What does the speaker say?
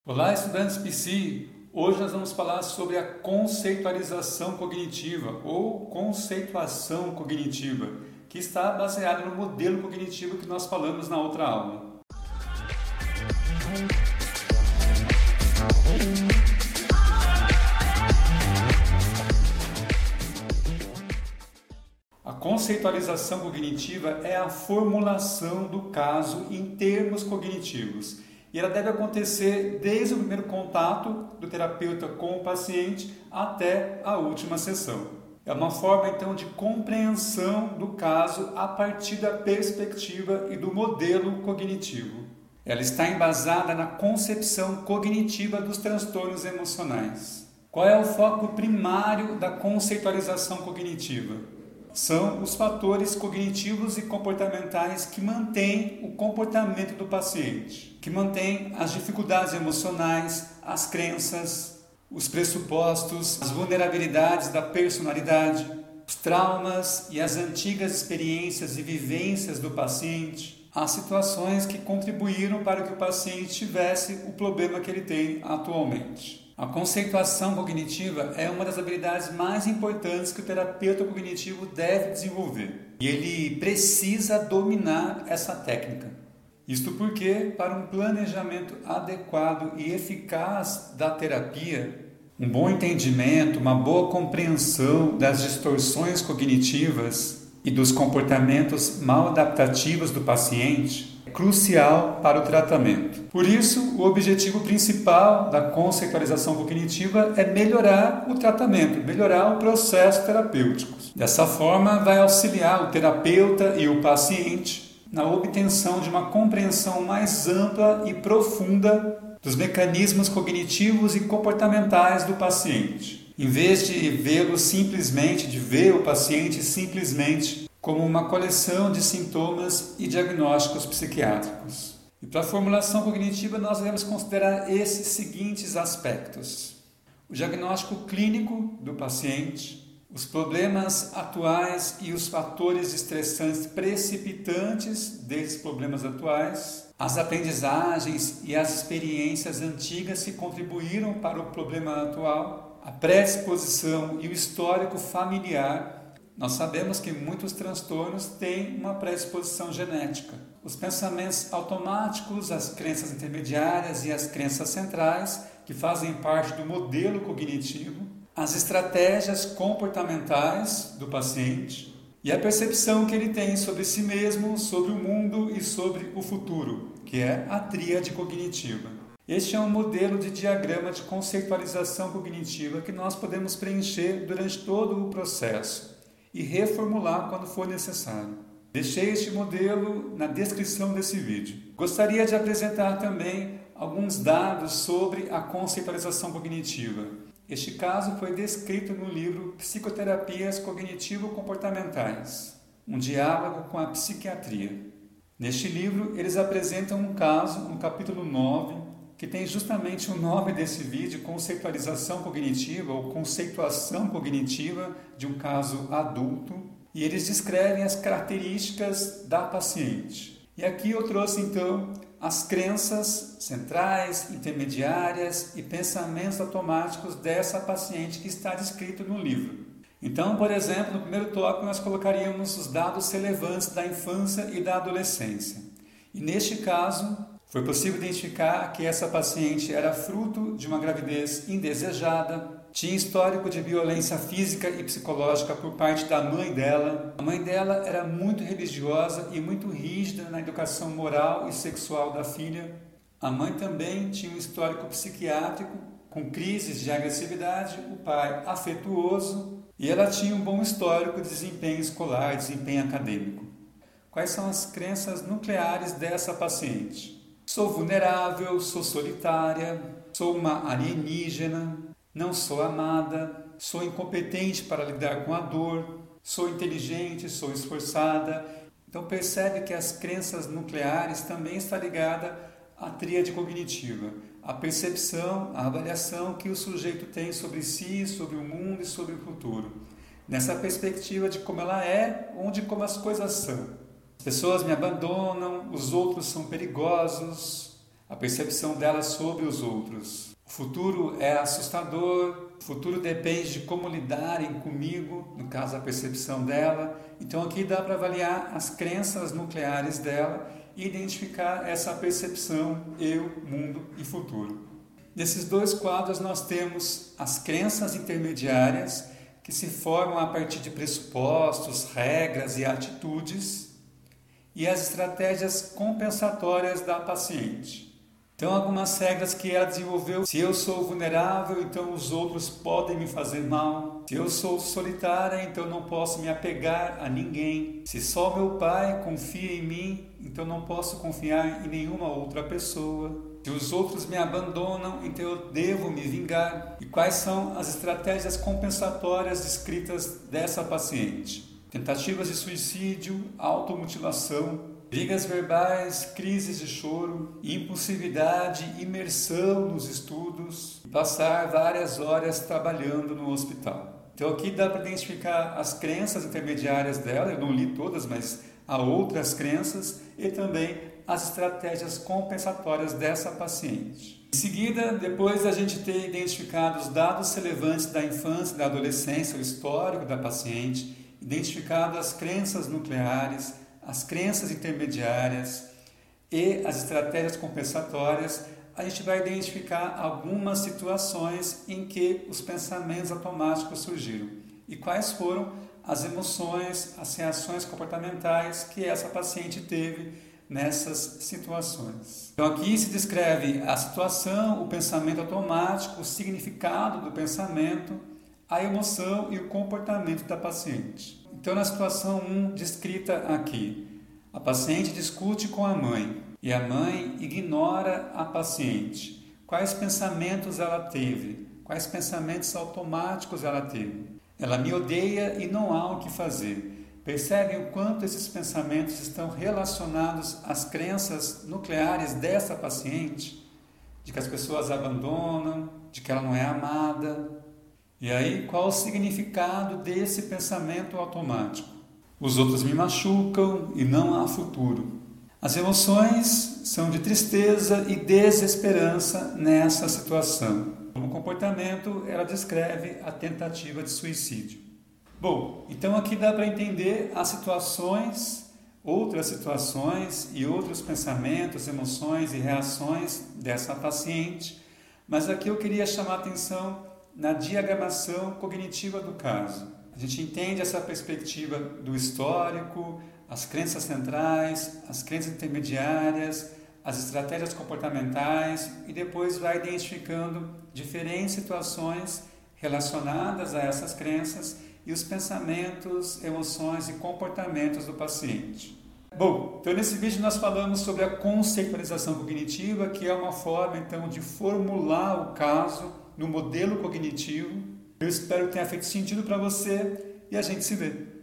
Olá, estudantes PC! Hoje nós vamos falar sobre a conceitualização cognitiva ou conceituação cognitiva, que está baseada no modelo cognitivo que nós falamos na outra aula. A conceitualização cognitiva é a formulação do caso em termos cognitivos. E ela deve acontecer desde o primeiro contato do terapeuta com o paciente até a última sessão. É uma forma, então, de compreensão do caso a partir da perspectiva e do modelo cognitivo. Ela está embasada na concepção cognitiva dos transtornos emocionais. Qual é o foco primário da conceitualização cognitiva? São os fatores cognitivos e comportamentais que mantêm o comportamento do paciente, que mantêm as dificuldades emocionais, as crenças, os pressupostos, as vulnerabilidades da personalidade, os traumas e as antigas experiências e vivências do paciente, as situações que contribuíram para que o paciente tivesse o problema que ele tem atualmente. A conceituação cognitiva é uma das habilidades mais importantes que o terapeuta cognitivo deve desenvolver. E ele precisa dominar essa técnica. Isto porque, para um planejamento adequado e eficaz da terapia, um bom entendimento, uma boa compreensão das distorções cognitivas e dos comportamentos mal adaptativos do paciente é crucial para o tratamento. Por isso, o objetivo principal da conceitualização cognitiva é melhorar o tratamento, melhorar o processo terapêutico. Dessa forma, vai auxiliar o terapeuta e o paciente na obtenção de uma compreensão mais ampla e profunda dos mecanismos cognitivos e comportamentais do paciente, em vez de ver o paciente simplesmente como uma coleção de sintomas e diagnósticos psiquiátricos. E para a formulação cognitiva nós devemos considerar esses seguintes aspectos: o diagnóstico clínico do paciente, os problemas atuais e os fatores estressantes precipitantes desses problemas atuais, as aprendizagens e as experiências antigas que contribuíram para o problema atual, a predisposição e o histórico familiar. Nós sabemos que muitos transtornos têm uma predisposição genética. Os pensamentos automáticos, as crenças intermediárias e as crenças centrais, que fazem parte do modelo cognitivo, as estratégias comportamentais do paciente e a percepção que ele tem sobre si mesmo, sobre o mundo e sobre o futuro, que é a tríade cognitiva. Este é um modelo de diagrama de conceitualização cognitiva que nós podemos preencher durante todo o processo e reformular quando for necessário. Deixei este modelo na descrição desse vídeo. Gostaria de apresentar também alguns dados sobre a conceitualização cognitiva. Este caso foi descrito no livro Psicoterapias Cognitivo-Comportamentais, um diálogo com a psiquiatria. Neste livro, eles apresentam um caso, no capítulo 9, que tem justamente o nome desse vídeo, conceitualização cognitiva ou conceituação cognitiva de um caso adulto, e eles descrevem as características da paciente. E aqui eu trouxe então as crenças centrais, intermediárias e pensamentos automáticos dessa paciente que está descrito no livro. Então, por exemplo, no primeiro tópico nós colocaríamos os dados relevantes da infância e da adolescência. E neste caso, foi possível identificar que essa paciente era fruto de uma gravidez indesejada, tinha histórico de violência física e psicológica por parte da mãe dela. A mãe dela era muito religiosa e muito rígida na educação moral e sexual da filha. A mãe também tinha um histórico psiquiátrico com crises de agressividade, o pai afetuoso, e ela tinha um bom histórico de desempenho escolar, desempenho acadêmico. Quais são as crenças nucleares dessa paciente? Sou vulnerável, sou solitária, sou uma alienígena, não sou amada, sou incompetente para lidar com a dor, sou inteligente, sou esforçada. Então percebe que as crenças nucleares também estão ligadas à tríade cognitiva, a percepção, a avaliação que o sujeito tem sobre si, sobre o mundo e sobre o futuro. Nessa perspectiva de como ela é, onde como as coisas são. As pessoas me abandonam, os outros são perigosos, a percepção dela sobre os outros. O futuro é assustador, o futuro depende de como lidarem comigo, no caso a percepção dela. Então aqui dá para avaliar as crenças nucleares dela e identificar essa percepção eu, mundo e futuro. Nesses dois quadros nós temos as crenças intermediárias que se formam a partir de pressupostos, regras e atitudes e as estratégias compensatórias da paciente. Então, algumas regras que ela desenvolveu: se eu sou vulnerável, então os outros podem me fazer mal. Se eu sou solitária, então não posso me apegar a ninguém. Se só meu pai confia em mim, então não posso confiar em nenhuma outra pessoa. Se os outros me abandonam, então eu devo me vingar. E quais são as estratégias compensatórias descritas dessa paciente? Tentativas de suicídio, automutilação, brigas verbais, crises de choro, impulsividade, imersão nos estudos, passar várias horas trabalhando no hospital. Então aqui dá para identificar as crenças intermediárias dela, eu não li todas, mas há outras crenças, e também as estratégias compensatórias dessa paciente. Em seguida, depois da gente ter identificado os dados relevantes da infância e da adolescência, o histórico da paciente, identificado as crenças nucleares, as crenças intermediárias e as estratégias compensatórias, a gente vai identificar algumas situações em que os pensamentos automáticos surgiram e quais foram as emoções, as reações comportamentais que essa paciente teve nessas situações. Então aqui se descreve a situação, o pensamento automático, o significado do pensamento, a emoção e o comportamento da paciente. Então, na situação 1 descrita aqui, a paciente discute com a mãe e a mãe ignora a paciente. Quais pensamentos ela teve? Quais pensamentos automáticos ela teve? Ela me odeia e não há o que fazer. Percebem o quanto esses pensamentos estão relacionados às crenças nucleares dessa paciente? De que as pessoas a abandonam, de que ela não é amada. E aí, qual o significado desse pensamento automático? Os outros me machucam e não há futuro. As emoções são de tristeza e desesperança nessa situação. Como comportamento, ela descreve a tentativa de suicídio. Bom, então aqui dá para entender as situações, outras situações e outros pensamentos, emoções e reações dessa paciente, mas aqui eu queria chamar a atenção na diagramação cognitiva do caso. A gente entende essa perspectiva do histórico, as crenças centrais, as crenças intermediárias, as estratégias comportamentais e depois vai identificando diferentes situações relacionadas a essas crenças e os pensamentos, emoções e comportamentos do paciente. Bom, então nesse vídeo nós falamos sobre a conceitualização cognitiva, que é uma forma então de formular o caso no modelo cognitivo. Eu espero que tenha feito sentido para você e a gente se vê.